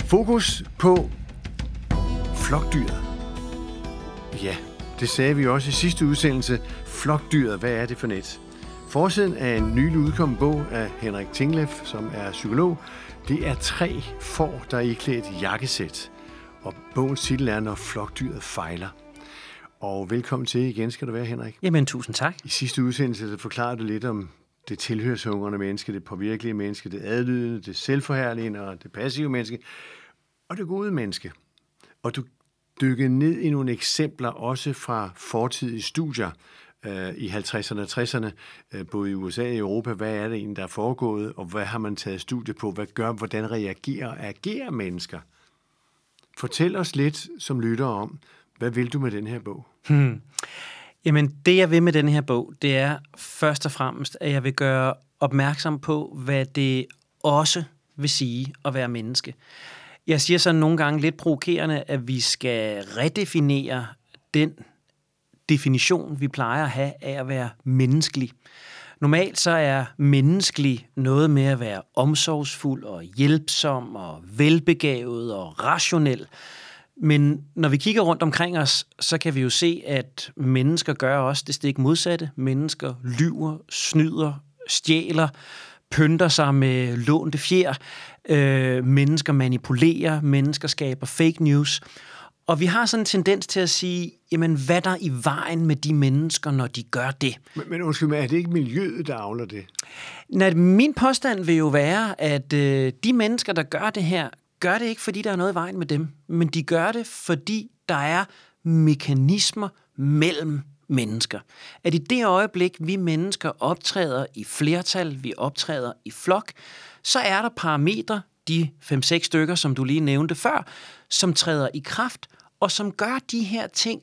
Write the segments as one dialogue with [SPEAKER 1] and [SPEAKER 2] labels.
[SPEAKER 1] Fokus på flokdyret. Ja, det sagde vi også i sidste udsendelse. Flokdyret, hvad er det for net? Forsiden af en nylig udkommet bog af Henrik Tingleff, som er psykolog. Det er 3 får, der er iklædt jakkesæt. Og bogens titel er, Når flokdyret fejler. Og velkommen til igen, skal du være, Henrik.
[SPEAKER 2] Jamen, tusind tak.
[SPEAKER 1] I sidste udsendelse forklarede du lidt om det tilhørshungrende menneske, det påvirkelige menneske, det adlydende, det selvforherligende og det passive menneske, og det gode menneske. Og du dykkede ned i nogle eksempler, også fra fortidige studier i 50'erne og 60'erne, både i USA og Europa. Hvad er det egentlig, der er foregået, og hvad har man taget studie på? Hvordan reagerer og agerer mennesker? Fortæl os lidt som lyttere om, hvad vil du med den her bog?
[SPEAKER 2] Jamen, det jeg vil med den her bog, det er først og fremmest, at jeg vil gøre opmærksom på, hvad det også vil sige at være menneske. Jeg siger så nogle gange lidt provokerende, at vi skal redefinere den definition, vi plejer at have af at være menneskelig. Normalt så er menneskelig noget med at være omsorgsfuld og hjælpsom og velbegavet og rationel. Men når vi kigger rundt omkring os, så kan vi jo se, at mennesker gør også det stik modsatte. Mennesker lyver, snyder, stjæler, pynter sig med lånte fjer. Mennesker manipulerer, mennesker skaber fake news. Og vi har sådan en tendens til at sige, jamen hvad er der i vejen med de mennesker, når de gør det?
[SPEAKER 1] Men undskyld mig, er det ikke miljøet, der avler det?
[SPEAKER 2] Nej, min påstand vil jo være, at de mennesker, der gør det her, gør det ikke, fordi der er noget i vejen med dem, men de gør det, fordi der er mekanismer mellem mennesker. At i det øjeblik, vi mennesker optræder i flertal, vi optræder i flok, så er der parametre, de 5-6 stykker, som du lige nævnte før, som træder i kraft, og som gør de her ting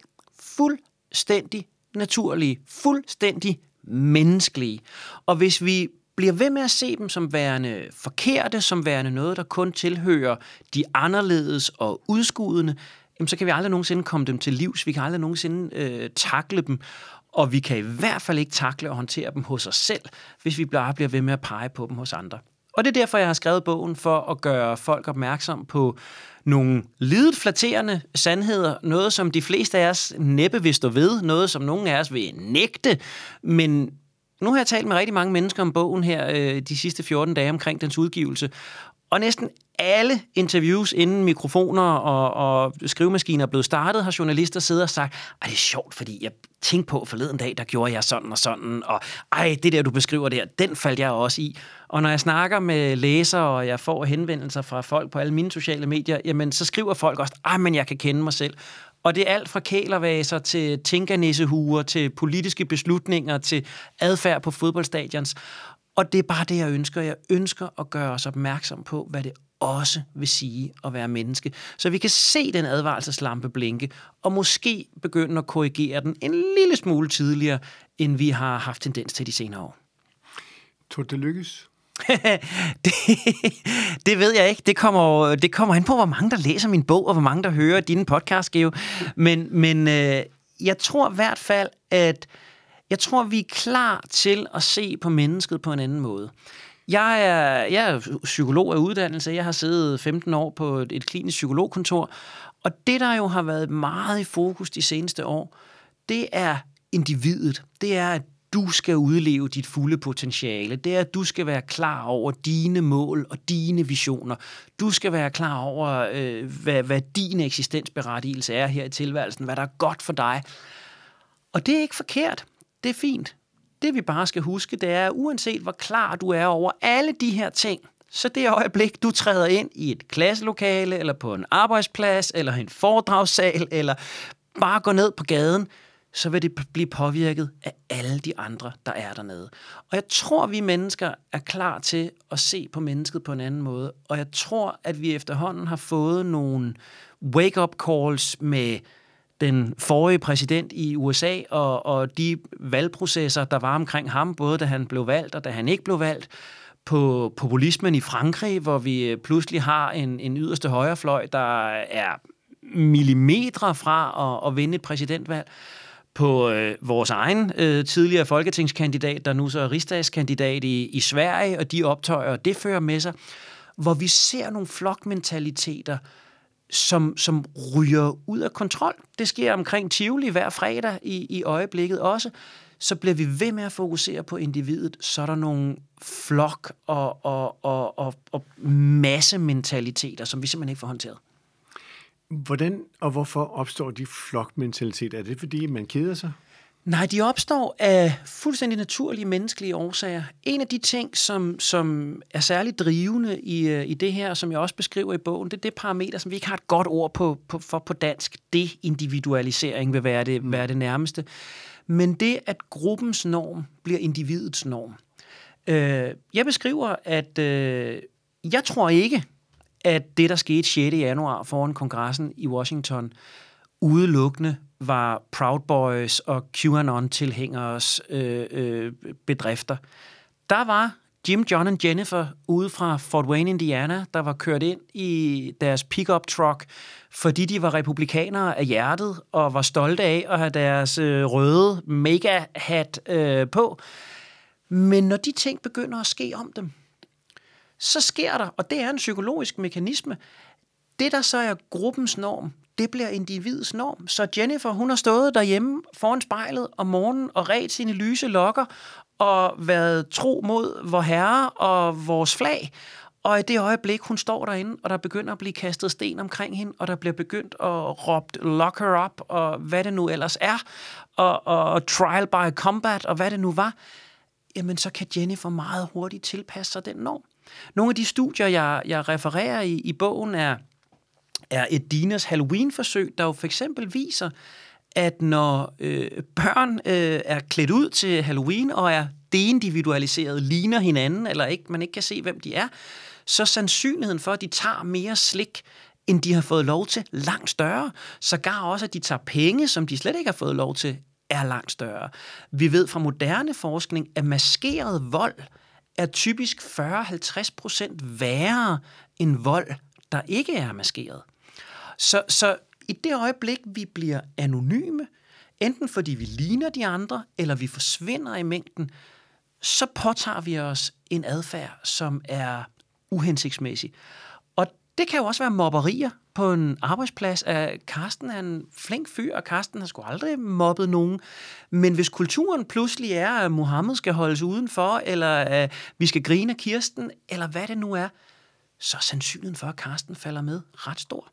[SPEAKER 2] fuldstændig naturlige, fuldstændig menneskelige. Og hvis vi bliver ved med at se dem som værende forkerte, som værende noget, der kun tilhører de anderledes og udskudende, jamen, så kan vi aldrig nogensinde komme dem til livs. Vi kan aldrig nogensinde takle dem, og vi kan i hvert fald ikke takle og håndtere dem hos os selv, hvis vi bare bliver ved med at pege på dem hos andre. Og det er derfor, jeg har skrevet bogen, for at gøre folk opmærksom på nogle lidet flatterende sandheder, noget som de fleste af os næppe vil stå ved, noget som nogle af os vil nægte, men nu har jeg talt med rigtig mange mennesker om bogen her de sidste 14 dage omkring dens udgivelse, og næsten alle interviews inden mikrofoner og skrivemaskiner er blevet startet, har journalister siddet og sagt, det er sjovt, fordi jeg tænkte på forleden dag, der gjorde jeg sådan og sådan, og det der, du beskriver der, den faldt jeg også i. Og når jeg snakker med læsere, og jeg får henvendelser fra folk på alle mine sociale medier, jamen så skriver folk også, men jeg kan kende mig selv. Og det er alt fra kælervaser til tinkernissehuer, til politiske beslutninger, til adfærd på fodboldstadions. Og det er bare det, jeg ønsker. Jeg ønsker at gøre os opmærksom på, hvad det også vil sige at være menneske. Så vi kan se den advarselslampe blinke, og måske begynde at korrigere den en lille smule tidligere, end vi har haft tendens til de senere år.
[SPEAKER 1] Tror det lykkes?
[SPEAKER 2] det ved jeg ikke. Det kommer an på, hvor mange der læser min bog, og hvor mange der hører dine podcast, Geo. Men jeg tror i hvert fald, at vi er klar til at se på mennesket på en anden måde. Jeg er psykolog af uddannelse. Jeg har siddet 15 år på et klinisk psykologkontor, og det, der jo har været meget i fokus de seneste år, det er individet. Det er, at du skal udleve dit fulde potentiale. Det er, at du skal være klar over dine mål og dine visioner. Du skal være klar over, hvad din eksistensberettigelse er her i tilværelsen, hvad der er godt for dig. Og det er ikke forkert. Det er fint. Det vi bare skal huske, det er, uanset hvor klar du er over alle de her ting, så det øjeblik, du træder ind i et klasselokale, eller på en arbejdsplads, eller en foredragssal, eller bare går ned på gaden, så vil det blive påvirket af alle de andre, der er dernede. Og jeg tror, vi mennesker er klar til at se på mennesket på en anden måde, og jeg tror, at vi efterhånden har fået nogle wake-up calls med den forrige præsident i USA og de valgprocesser, der var omkring ham, både da han blev valgt og da han ikke blev valgt, på populismen i Frankrig, hvor vi pludselig har en yderste højrefløj, der er millimetre fra at vinde et præsidentvalg, på vores egen tidligere folketingskandidat, der nu så er rigsdagskandidat i Sverige, og de optøjer, det fører med sig. hvor vi ser nogle flokmentaliteter, som ryger ud af kontrol. Det sker omkring Tivoli hver fredag i øjeblikket også. Så bliver vi ved med at fokusere på individet, så er der nogle flok og massementaliteter, som vi simpelthen ikke får håndteret.
[SPEAKER 1] Hvordan og hvorfor opstår de flokmentaliteter? Er det fordi, man keder sig?
[SPEAKER 2] Nej, de opstår af fuldstændig naturlige menneskelige årsager. En af de ting, som er særligt drivende i det her, som jeg også beskriver i bogen, det er det parameter, som vi ikke har et godt ord på dansk. Deindividualisering vil være det nærmeste. Men det, at gruppens norm bliver individets norm. Jeg beskriver, at jeg tror ikke, at det, der skete 6. januar foran kongressen i Washington, udelukkende var Proud Boys og QAnon-tilhængeres bedrifter. Der var Jim, John og Jennifer ude fra Fort Wayne, Indiana, der var kørt ind i deres pickup truck, fordi de var republikanere af hjertet og var stolte af at have deres røde mega-hat på. Men når de ting begynder at ske om dem, så sker der, og det er en psykologisk mekanisme, det der så er gruppens norm, det bliver individets norm. Så Jennifer, hun har stået derhjemme foran spejlet om morgenen og ret sine lyse lokker og været tro mod vor herre og vores flag. Og i det øjeblik, hun står derinde, og der begynder at blive kastet sten omkring hende, og der bliver begyndt at råbt lock her up, og hvad det nu ellers er, og trial by combat, og hvad det nu var, jamen så kan Jennifer meget hurtigt tilpasse sig den norm. Nogle af de studier, jeg refererer i bogen, er et Dinas Halloween-forsøg, der jo for eksempel viser, at når børn er klædt ud til Halloween og er deindividualiseret, ligner hinanden, eller ikke, man ikke kan se, hvem de er, så sandsynligheden for, at de tager mere slik, end de har fået lov til, langt større. Sågar også, at de tager penge, som de slet ikke har fået lov til, er langt større. Vi ved fra moderne forskning, at maskeret vold er typisk 40-50% værre end vold, der ikke er maskeret. Så i det øjeblik, vi bliver anonyme, enten fordi vi ligner de andre, eller vi forsvinder i mængden, så påtager vi os en adfærd, som er uhensigtsmæssig. Og det kan jo også være mobberier på en arbejdsplads. Karsten er en flink fyr, og Karsten har sgu aldrig mobbet nogen. Men hvis kulturen pludselig er, at Mohammed skal holdes udenfor, eller at vi skal grine af Kirsten, eller hvad det nu er, så er sandsynligheden for, at Karsten falder med ret stor.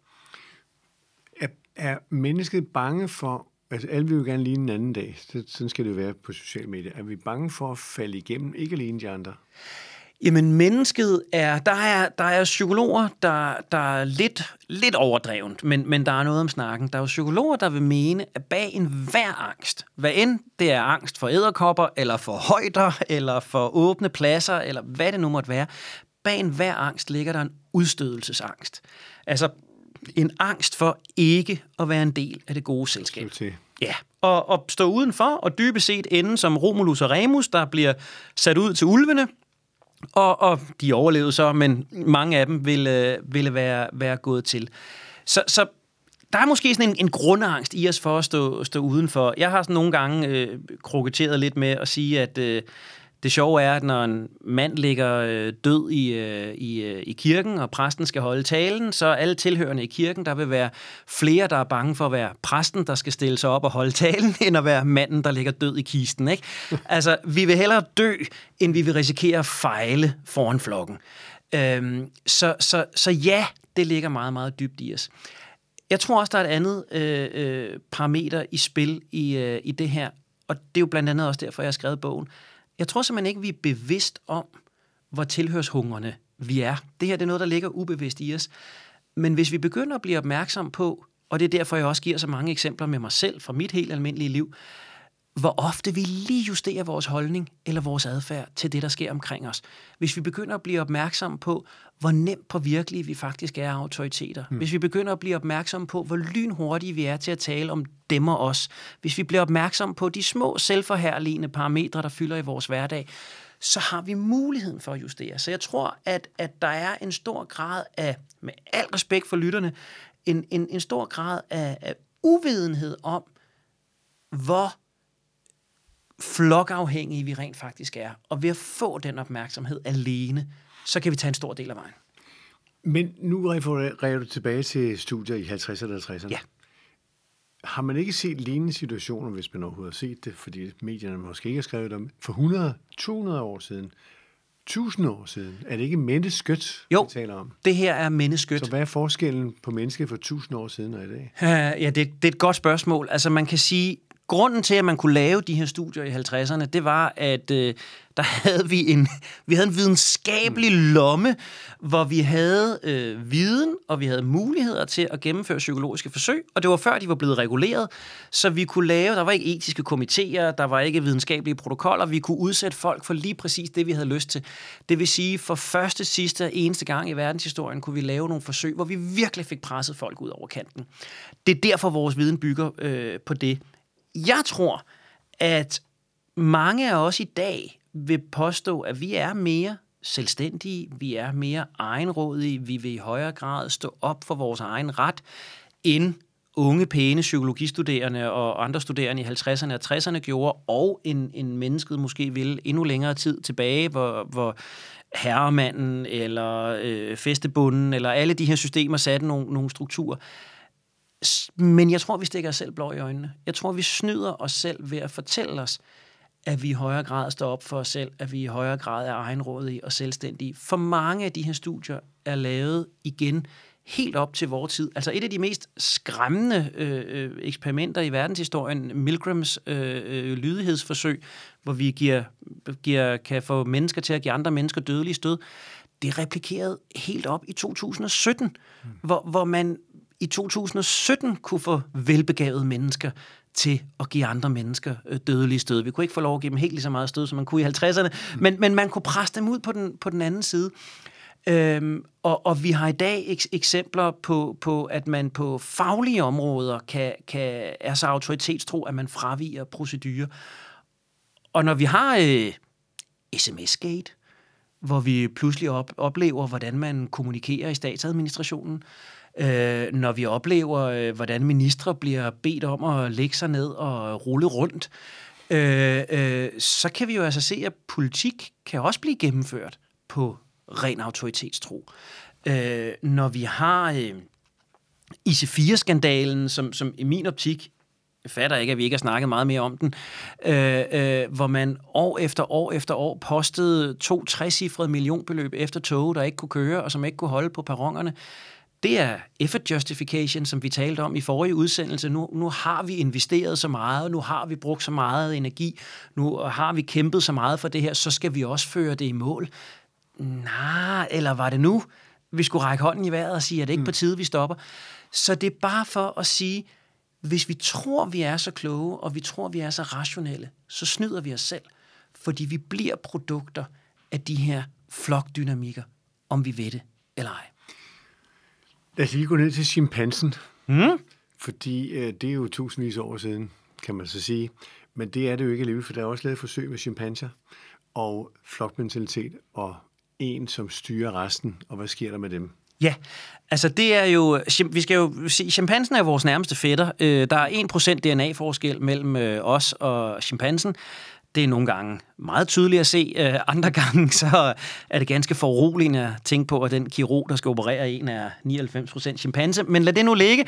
[SPEAKER 1] Er mennesket bange for, altså alle vil jo gerne ligne en anden dag, sådan skal det jo være på sociale medier, er vi bange for at falde igennem, ikke alene de andre?
[SPEAKER 2] Jamen mennesket der er psykologer, der er lidt overdrevent, men der er noget om snakken. Der er jo psykologer, der vil mene, at bag enhver angst, hvad end det er angst for edderkopper, eller for højder, eller for åbne pladser, eller hvad det nu måtte være, bag enhver angst ligger der en udstødelsesangst. Altså en angst for ikke at være en del af det gode selskab.
[SPEAKER 1] Okay.
[SPEAKER 2] Ja, og stå udenfor, og dybest set ende som Romulus og Remus, der bliver sat ud til ulvene, og de overlevede så, men mange af dem ville være gået til. Så der er måske sådan en grundangst i os for at stå udenfor. Jeg har sådan nogle gange kroketteret lidt med at sige, at det sjove er, at når en mand ligger død i kirken, og præsten skal holde talen, så alle tilhørende i kirken, der vil være flere, der er bange for at være præsten, der skal stille sig op og holde talen, end at være manden, der ligger død i kisten. Ikke? Altså, vi vil hellere dø, end vi vil risikere at fejle foran flokken. Så ja, det ligger meget, meget dybt i os. Jeg tror også, der er et andet parameter i spil i det her, og det er jo blandt andet også derfor, jeg har skrevet bogen. Jeg tror simpelthen ikke, vi er bevidst om, hvor tilhørshungrende vi er. Det her det er noget, der ligger ubevidst i os. Men hvis vi begynder at blive opmærksom på, og det er derfor, jeg også giver så mange eksempler med mig selv fra mit helt almindelige liv, hvor ofte vi lige justerer vores holdning eller vores adfærd til det, der sker omkring os. Hvis vi begynder at blive opmærksom på, hvor nemt påvirkelige vi faktisk er autoriteter. Hvis vi begynder at blive opmærksom på, hvor lynhurtige vi er til at tale om dem og os. Hvis vi bliver opmærksom på de små selvforherligende parametre, der fylder i vores hverdag, så har vi muligheden for at justere. Så jeg tror, at der er en stor grad af, med al respekt for lytterne, en stor grad af uvidenhed om, hvor flokafhængige vi rent faktisk er. Og ved at få den opmærksomhed alene, så kan vi tage en stor del af vejen.
[SPEAKER 1] Men nu refererer du tilbage til studier i 50'erne og 60'erne.
[SPEAKER 2] Ja.
[SPEAKER 1] Har man ikke set lignende situationer, hvis man overhovedet har set det, fordi medierne måske ikke har skrevet om, for 100, 200 år siden, 1000 år siden? Er det ikke menneskødt, vi taler om?
[SPEAKER 2] Det her er menneskødt.
[SPEAKER 1] Så hvad er forskellen på mennesket for 1000 år siden og i dag?
[SPEAKER 2] Ja, det er et godt spørgsmål. Altså man kan sige, grunden til, at man kunne lave de her studier i 50'erne, det var, at der havde vi en videnskabelig lomme, hvor vi havde viden, og vi havde muligheder til at gennemføre psykologiske forsøg, og det var før, de var blevet reguleret, så vi kunne lave, der var ikke etiske komitéer, der var ikke videnskabelige protokoller, vi kunne udsætte folk for lige præcis det, vi havde lyst til. Det vil sige, for første, sidste og eneste gang i verdenshistorien, kunne vi lave nogle forsøg, hvor vi virkelig fik presset folk ud over kanten. Det er derfor, vores viden bygger på det. Jeg tror, at mange af os i dag vil påstå, at vi er mere selvstændige, vi er mere egenrådige, vi vil i højere grad stå op for vores egen ret, end unge, pæne psykologistuderende og andre studerende i 50'erne og 60'erne gjorde, og en mennesket måske ville endnu længere tid tilbage, hvor herremanden eller fæstebunden eller alle de her systemer satte nogle strukturer. Men jeg tror, vi stikker os selv blå i øjnene. Jeg tror, vi snyder os selv ved at fortælle os, at vi i højere grad står op for os selv, at vi i højere grad er egenrådige og selvstændige. For mange af de her studier er lavet igen helt op til vores tid. Altså et af de mest skræmmende eksperimenter i verdenshistorien, Milgrams lydighedsforsøg, hvor vi kan få mennesker til at give andre mennesker dødelige stød, det er replikeret helt op i 2017, hvor man i 2017 kunne få velbegavede mennesker til at give andre mennesker dødelige stød. Vi kunne ikke få lov at give dem helt lige så meget stød, som man kunne i 50'erne, men man kunne presse dem ud på den anden side. Og vi har i dag eksempler på, at man på faglige områder kan er så autoritetstro, at man fraviger procedurer. Og når vi har SMS-gate, hvor vi pludselig oplever, hvordan man kommunikerer i statsadministrationen, når vi oplever, hvordan ministre bliver bedt om at lægge sig ned og rulle rundt, så kan vi jo altså se, at politik kan også blive gennemført på ren autoritetstro. Når vi har IC4-skandalen, som i min optik, jeg fatter ikke, at vi ikke har snakket meget mere om den, hvor man år efter år postede 2 3-cifrede millionbeløb efter tog, der ikke kunne køre, og som ikke kunne holde på perronerne. Det er effort justification, som vi talte om i forrige udsendelse. Nu har vi investeret så meget, nu har vi brugt så meget energi, nu har vi kæmpet så meget for det her, så skal vi også føre det i mål. Nej, eller var det nu, vi skulle række hånden i vejret og sige, at det ikke på tide, vi stopper? Så det er bare for at sige, hvis vi tror, vi er så kloge, og vi tror, vi er så rationelle, så snyder vi os selv, fordi vi bliver produkter af de her flokdynamikker, om vi ved det eller ej.
[SPEAKER 1] Lad os lige gå ned til chimpansen, fordi det er jo tusindvis af år siden, kan man så sige. Men det er det jo ikke alligevel, for der er også lavet forsøg med chimpanser og flokmentalitet og en, som styrer resten, og hvad sker der med dem?
[SPEAKER 2] Ja, altså det er jo, vi skal jo se, chimpansen er vores nærmeste fætter. Der er 1% DNA-forskel mellem os og chimpansen. Det er nogle gange meget tydeligt at se. Andre gange så er det ganske foruroligende at tænke på, at den kirurg, der skal operere en, er 99% chimpanse. Men lad det nu ligge.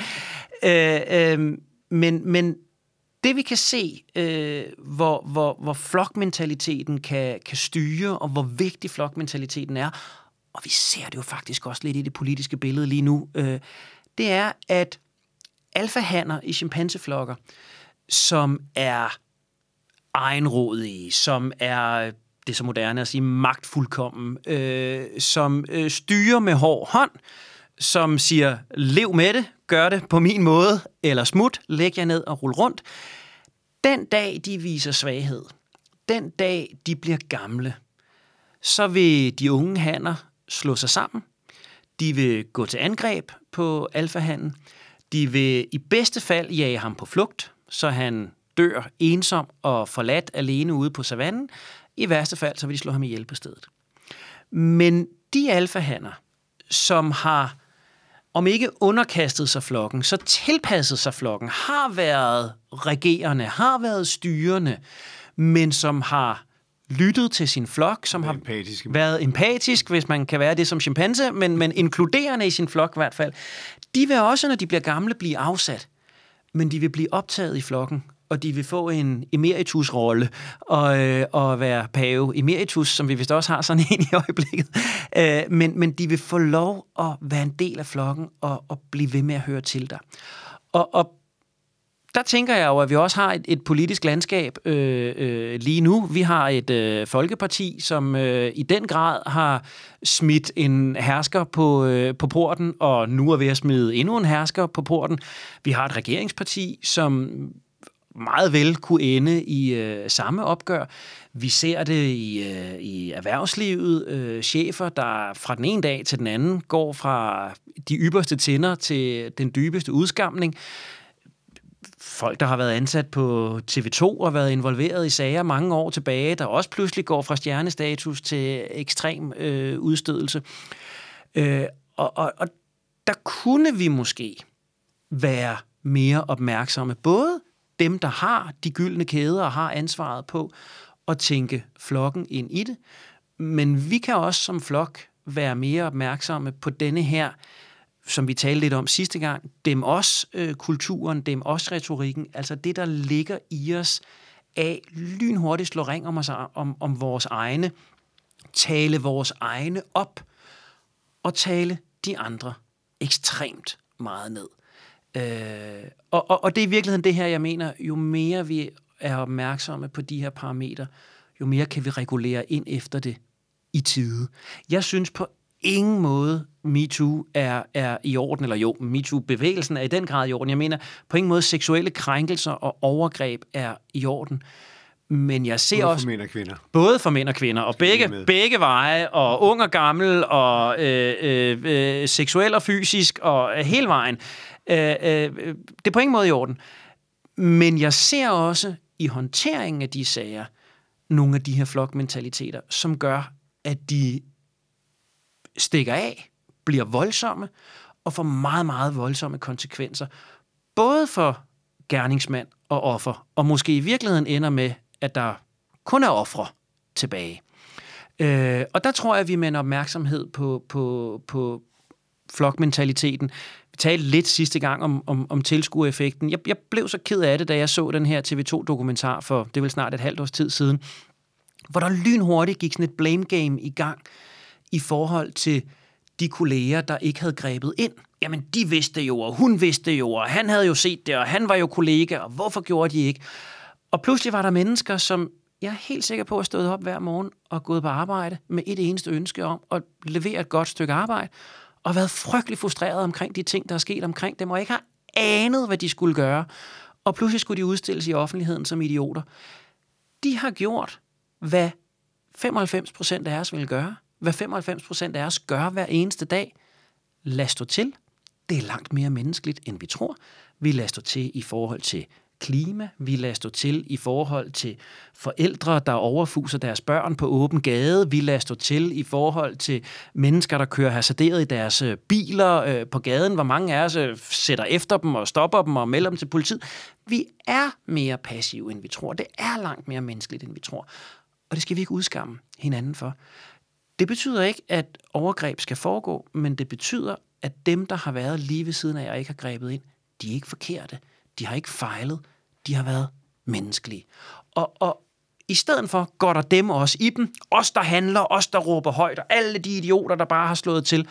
[SPEAKER 2] Men det vi kan se, hvor flokmentaliteten kan styre, og hvor vigtig flokmentaliteten er, og vi ser det jo faktisk også lidt i det politiske billede lige nu, det er, at alfahanner i chimpanseflokker, som er egenrådige, som er, det er så moderne at sige, magtfuldkommen, som styrer med hård hånd, som siger, lev med det, gør det på min måde, eller smut, læg jer ned og rul rundt. Den dag, de viser svaghed, den dag, de bliver gamle, så vil de unge hanner slå sig sammen. De vil gå til angreb på alfahannen. De vil i bedste fald jage ham på flugt, så han dør ensom og forladt alene ude på savannen. I værste fald, så vil de slå ham ihjel på stedet. Men de alfahanner, som har, om ikke underkastet sig flokken, så tilpasset sig flokken, har været regerende, har været styrende, men som har lyttet til sin flok, som har været empatisk, hvis man kan være det som chimpanse, men inkluderende i sin flok i hvert fald. De vil også, når de bliver gamle, blive afsat, men de vil blive optaget i flokken, og de vil få en emeritus-rolle og være pave emeritus, som vi vist også har sådan en i øjeblikket. Men de vil få lov at være en del af flokken og blive ved med at høre til dig. Og der tænker jeg jo, at vi også har et politisk landskab lige nu. Vi har et folkeparti, som i den grad har smidt en hersker på porten, og nu er ved at smide endnu en hersker på porten. Vi har et regeringsparti, som meget vel kunne ende i samme opgør. Vi ser det i erhvervslivet. Chefer, der fra den ene dag til den anden går fra de ypperste tænder til den dybeste udskamning. Folk, der har været ansat på TV2 og været involveret i sager mange år tilbage, der også pludselig går fra stjernestatus til ekstrem udstødelse. Og der kunne vi måske være mere opmærksomme, både dem, der har de gyldne kæder og har ansvaret på at tænke flokken ind i det, men vi kan også som flok være mere opmærksomme på denne her, som vi talte lidt om sidste gang, dem også kulturen, dem også retorikken, altså det, der ligger i os af lynhurtigt slå ring om vores egne, tale vores egne op og tale de andre ekstremt meget ned. Og det er i virkeligheden det her, jeg mener, jo mere vi er opmærksomme på de her parametre, jo mere kan vi regulere ind efter det i tide. Jeg synes på ingen måde, MeToo er i orden, eller jo, MeToo-bevægelsen er i den grad i orden. Jeg mener, på ingen måde seksuelle krænkelser og overgreb er i orden. Men jeg ser også... Både for mænd og kvinder. Og begge veje, og ung og gammel, og seksuel og fysisk, og hele vejen. Det er på ingen måde i orden. Men jeg ser også i håndteringen af de sager, nogle af de her flokmentaliteter, som gør, at de stikker af, bliver voldsomme, og får meget, meget voldsomme konsekvenser. Både for gerningsmand og offer, og måske i virkeligheden ender med, at der kun er ofre tilbage. Og der tror jeg, at vi med en opmærksomhed på flokmentaliteten. Vi talte lidt sidste gang om tilskuereffekten. Jeg blev så ked af det, da jeg så den her TV2-dokumentar for, det er vel snart et halvt års tid siden, hvor der lynhurtigt gik sådan et blame game i gang i forhold til de kolleger, der ikke havde grebet ind. Jamen, de vidste jo, og hun vidste jo, og han havde jo set det, og han var jo kollega, og hvorfor gjorde de ikke? Og pludselig var der mennesker, som jeg er helt sikker på at stået op hver morgen og gået på arbejde med et eneste ønske om at levere et godt stykke arbejde, og været frygtelig frustreret omkring de ting, der er sket omkring dem, og ikke har anet, hvad de skulle gøre. Og pludselig skulle de udstilles i offentligheden som idioter. De har gjort, hvad 95% af os vil gøre. Hvad 95% af os gør hver eneste dag. Lad stå til. Det er langt mere menneskeligt, end vi tror. Vi lader stå til i forhold til klima. Vi lader stå til i forhold til forældre, der overfuser deres børn på åben gade. Vi lader stå til i forhold til mennesker, der kører hasarderet i deres biler på gaden. Hvor mange af os sætter efter dem og stopper dem og melder dem til politiet. Vi er mere passive, end vi tror. Det er langt mere menneskeligt, end vi tror. Og det skal vi ikke udskamme hinanden for. Det betyder ikke, at overgreb skal foregå, men det betyder, at dem, der har været lige ved siden af jer, ikke har grebet ind, de er ikke forkerte. De har ikke fejlet. De har været menneskelige. Og i stedet for går der dem også i dem. Os, der handler, os, der råber højt, og alle de idioter, der bare har slået til.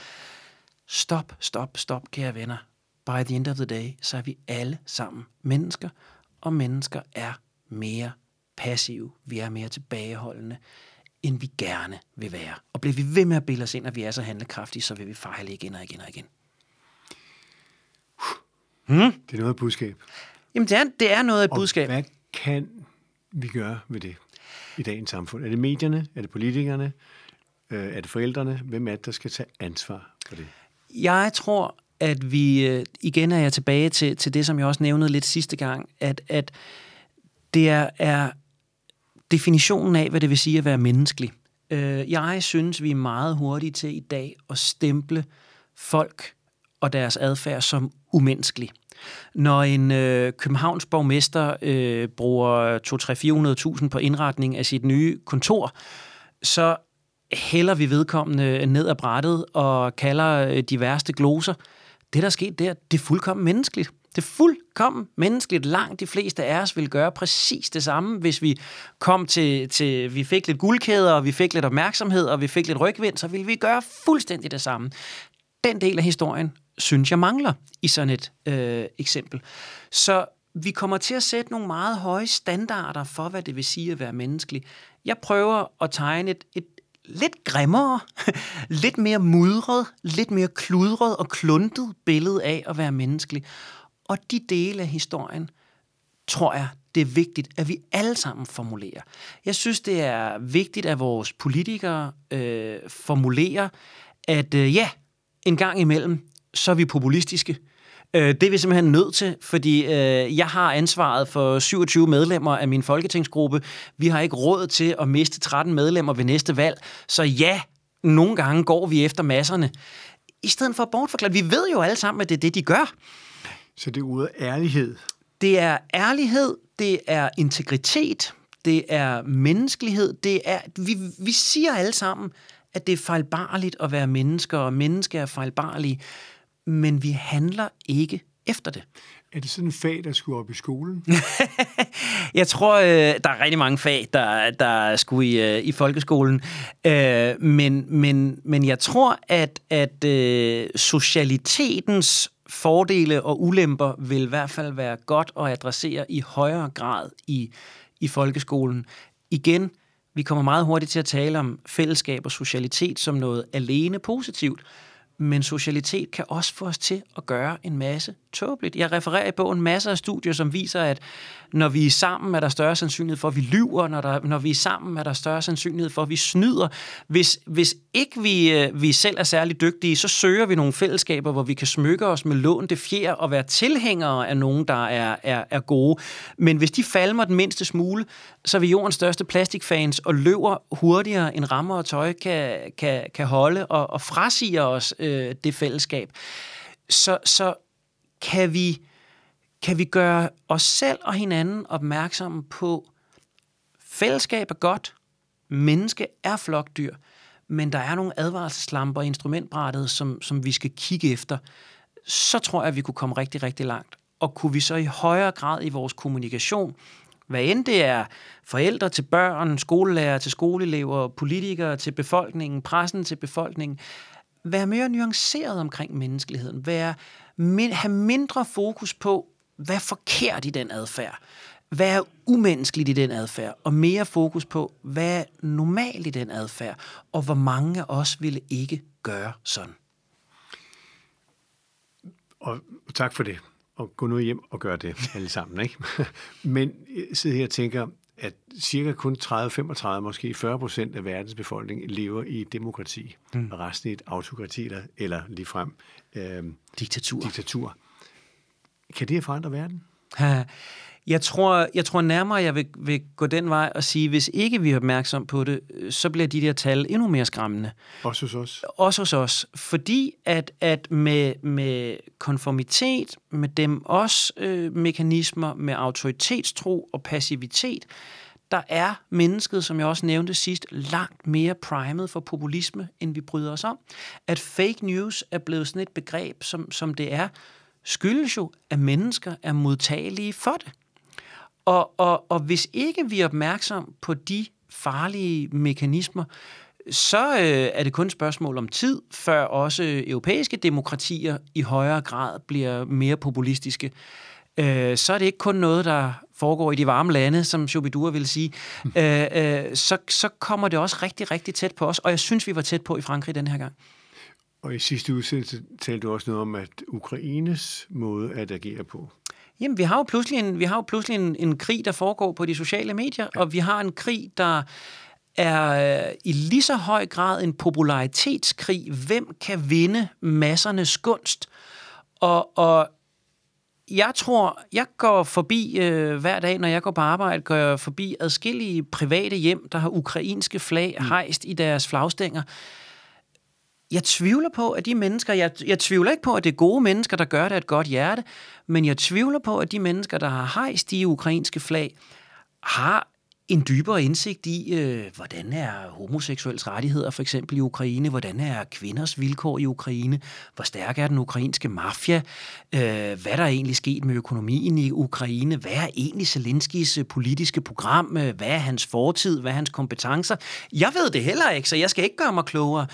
[SPEAKER 2] Stop, kære venner. By the end of the day, så er vi alle sammen mennesker, og mennesker er mere passive. Vi er mere tilbageholdende, end vi gerne vil være. Og bliver vi ved med at bilde os ind, at vi er så handlekraftige, så vil vi fejle igen og igen og igen.
[SPEAKER 1] Det er noget af et budskab.
[SPEAKER 2] Jamen, det er noget af et budskab.
[SPEAKER 1] Og hvad kan vi gøre ved det i dagens samfund? Er det medierne? Er det politikerne? Er det forældrene? Hvem er det, der skal tage ansvar for det?
[SPEAKER 2] Jeg tror, at vi, igen er jeg tilbage til det, som jeg også nævnede lidt sidste gang, at det er definitionen af, hvad det vil sige at være menneskelig. Jeg synes, vi er meget hurtige til i dag at stemple folk og deres adfærd som umenneskelig. Når en Københavns borgmester bruger 200-400.000 på indretning af sit nye kontor, så hælder vi vedkommende ned ad brættet og kalder de værste gloser. Det, der er sket der, det er fuldkommen menneskeligt. Det er fuldkommen menneskeligt. Langt de fleste af os vil gøre præcis det samme, hvis vi kom til vi fik lidt guldkæder, og vi fik lidt opmærksomhed, og vi fik lidt rygvind, så ville vi gøre fuldstændig det samme. Den del af historien, synes jeg, mangler i sådan et eksempel. Så vi kommer til at sætte nogle meget høje standarder for, hvad det vil sige at være menneskelig. Jeg prøver at tegne et lidt grimmere, lidt mere mudret, lidt mere kludret og kluntet billede af at være menneskelig. Og de dele af historien, tror jeg, det er vigtigt, at vi alle sammen formulerer. Jeg synes, det er vigtigt, at vores politikere formulerer, at en gang imellem, så er vi populistiske. Det er vi simpelthen nødt til, fordi jeg har ansvaret for 27 medlemmer af min folketingsgruppe. Vi har ikke råd til at miste 13 medlemmer ved næste valg. Så ja, nogle gange går vi efter masserne. I stedet for at bortforklare. Vi ved jo alle sammen, at det er det, de gør.
[SPEAKER 1] Så det er ude af ærlighed?
[SPEAKER 2] Det er ærlighed, det er integritet, det er menneskelighed. Det er, vi siger alle sammen, at det er fejlbarligt at være mennesker, og mennesker er fejlbarlige. Men vi handler ikke efter det.
[SPEAKER 1] Er det sådan en fag, der skulle op i skolen?
[SPEAKER 2] Jeg tror, der er rigtig mange fag, der skulle i folkeskolen. Men jeg tror, at socialitetens fordele og ulemper vil i hvert fald være godt at adressere i højere grad i folkeskolen. Igen, vi kommer meget hurtigt til at tale om fællesskab og socialitet som noget alene positivt. Men socialitet kan også få os til at gøre en masse tåbeligt. Jeg refererer i bogen masser af studier, som viser, at når vi er sammen, er der større sandsynlighed for, at vi lyver. Når vi er sammen, er der større sandsynlighed for, at vi snyder. Hvis ikke vi selv er særlig dygtige, så søger vi nogle fællesskaber, hvor vi kan smykke os med lånte fjer og være tilhængere af nogen, der er gode. Men hvis de falmer den mindste smule, så er vi jordens største plastikfans og løber hurtigere end rammer og tøj kan holde og frasiger os det fællesskab. Så kan vi gøre os selv og hinanden opmærksomme på, fællesskab er godt, menneske er flokdyr, men der er nogle advarselslamper i instrumentbrættet, som vi skal kigge efter. Så tror jeg, at vi kunne komme rigtig, rigtig langt. Og kunne vi så i højere grad i vores kommunikation, hvad end det er forældre til børn, skolelærer til skoleelever, politikere til befolkningen, pressen til befolkningen, være mere nuanceret omkring menneskeligheden, have mindre fokus på, hvad er forkert i den adfærd, hvad er umenneskeligt i den adfærd, og mere fokus på, hvad er normalt i den adfærd, og hvor mange af os ville ikke gøre sådan.
[SPEAKER 1] Og tak for det. Og gå nu hjem og gør det alle sammen, ikke? Men jeg sidder her og tænker, at cirka kun 30-35, måske 40% af verdens befolkning lever i et demokrati, og resten i et autokrati eller ligefrem diktatur. Kan det forandre verden?
[SPEAKER 2] Jeg tror nærmere, jeg vil gå den vej og sige, hvis ikke vi er opmærksom på det, så bliver de der tal endnu mere skræmmende.
[SPEAKER 1] Også hos os?
[SPEAKER 2] Også hos os. Fordi at med konformitet, med dem også mekanismer, med autoritetstro og passivitet, der er mennesket, som jeg også nævnte sidst, langt mere primet for populisme, end vi bryder os om. At fake news er blevet sådan et begreb, som det er, skyldes jo, at mennesker er modtagelige for det. Og hvis ikke vi er opmærksom på de farlige mekanismer, så er det kun et spørgsmål om tid, før også europæiske demokratier i højere grad bliver mere populistiske. Så er det ikke kun noget, der foregår i de varme lande, som Shubidua ville sige. Så kommer det også rigtig, rigtig tæt på os, og jeg synes, vi var tæt på i Frankrig den her gang.
[SPEAKER 1] Og i sidste udsendelse talte du også noget om, at Ukraines måde at agere på.
[SPEAKER 2] Jamen, vi har jo pludselig en krig, der foregår på de sociale medier, og vi har en krig, der er i lige så høj grad en popularitetskrig. Hvem kan vinde massernes gunst? Og jeg tror, jeg går forbi hver dag, når jeg går på arbejde, går jeg forbi adskillige private hjem, der har ukrainske flag hejst i deres flagstænger. Jeg tvivler på, at de mennesker, jeg tvivler ikke på, at det er gode mennesker, der gør det af et godt hjerte, men jeg tvivler på, at de mennesker, der har hejst de ukrainske flag, har en dybere indsigt i, hvordan er homoseksuels rettigheder for eksempel i Ukraine, hvordan er kvinders vilkår i Ukraine, hvor stærk er den ukrainske mafia, hvad der er egentlig sket med økonomien i Ukraine, hvad er egentlig Zelenskis politiske program, hvad er hans fortid, hvad er hans kompetencer. Jeg ved det heller ikke, så jeg skal ikke gøre mig klogere,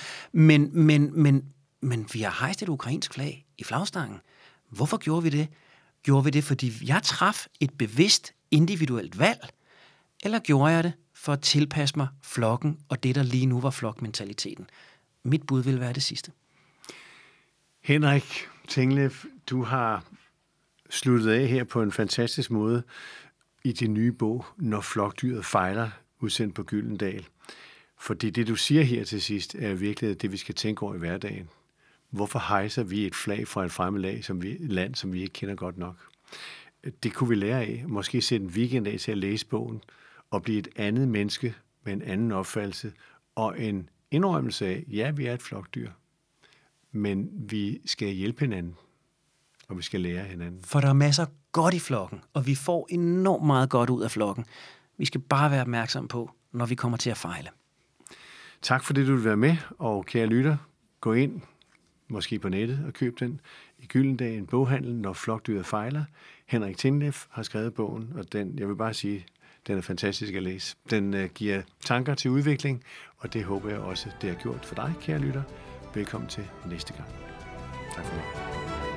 [SPEAKER 2] men vi har hejst et ukrainsk flag i flagstangen. Hvorfor gjorde vi det? Gjorde vi det, fordi jeg traf et bevidst individuelt valg, eller gjorde jeg det for at tilpasse mig flokken og det, der lige nu var flokmentaliteten? Mit bud vil være det sidste.
[SPEAKER 1] Henrik Tingleff, du har sluttet af her på en fantastisk måde i din nye bog, Når flokdyret fejler, udsendt på Gyldendal. Fordi det, du siger her til sidst, er virkelig det, vi skal tænke over i hverdagen. Hvorfor hejser vi et flag fra et fremmed land, som vi ikke kender godt nok? Det kunne vi lære af. Måske sætte en weekend af til at læse bogen, og blive et andet menneske med en anden opfattelse, og en indrømmelse af, ja, vi er et flokdyr, men vi skal hjælpe hinanden, og vi skal lære hinanden.
[SPEAKER 2] For der er masser godt i flokken, og vi får enormt meget godt ud af flokken. Vi skal bare være opmærksom på, når vi kommer til at fejle.
[SPEAKER 1] Tak fordi du vil være med, og kære lytter, gå ind, måske på nettet, og køb den i Gyldendal, en boghandel, Når flokdyret fejler. Henrik Tingleff har skrevet bogen, og den, jeg vil bare sige, den er fantastisk at læse. Den giver tanker til udvikling, og det håber jeg også, det har gjort for dig, kære lytter. Velkommen til næste gang. Tak for det.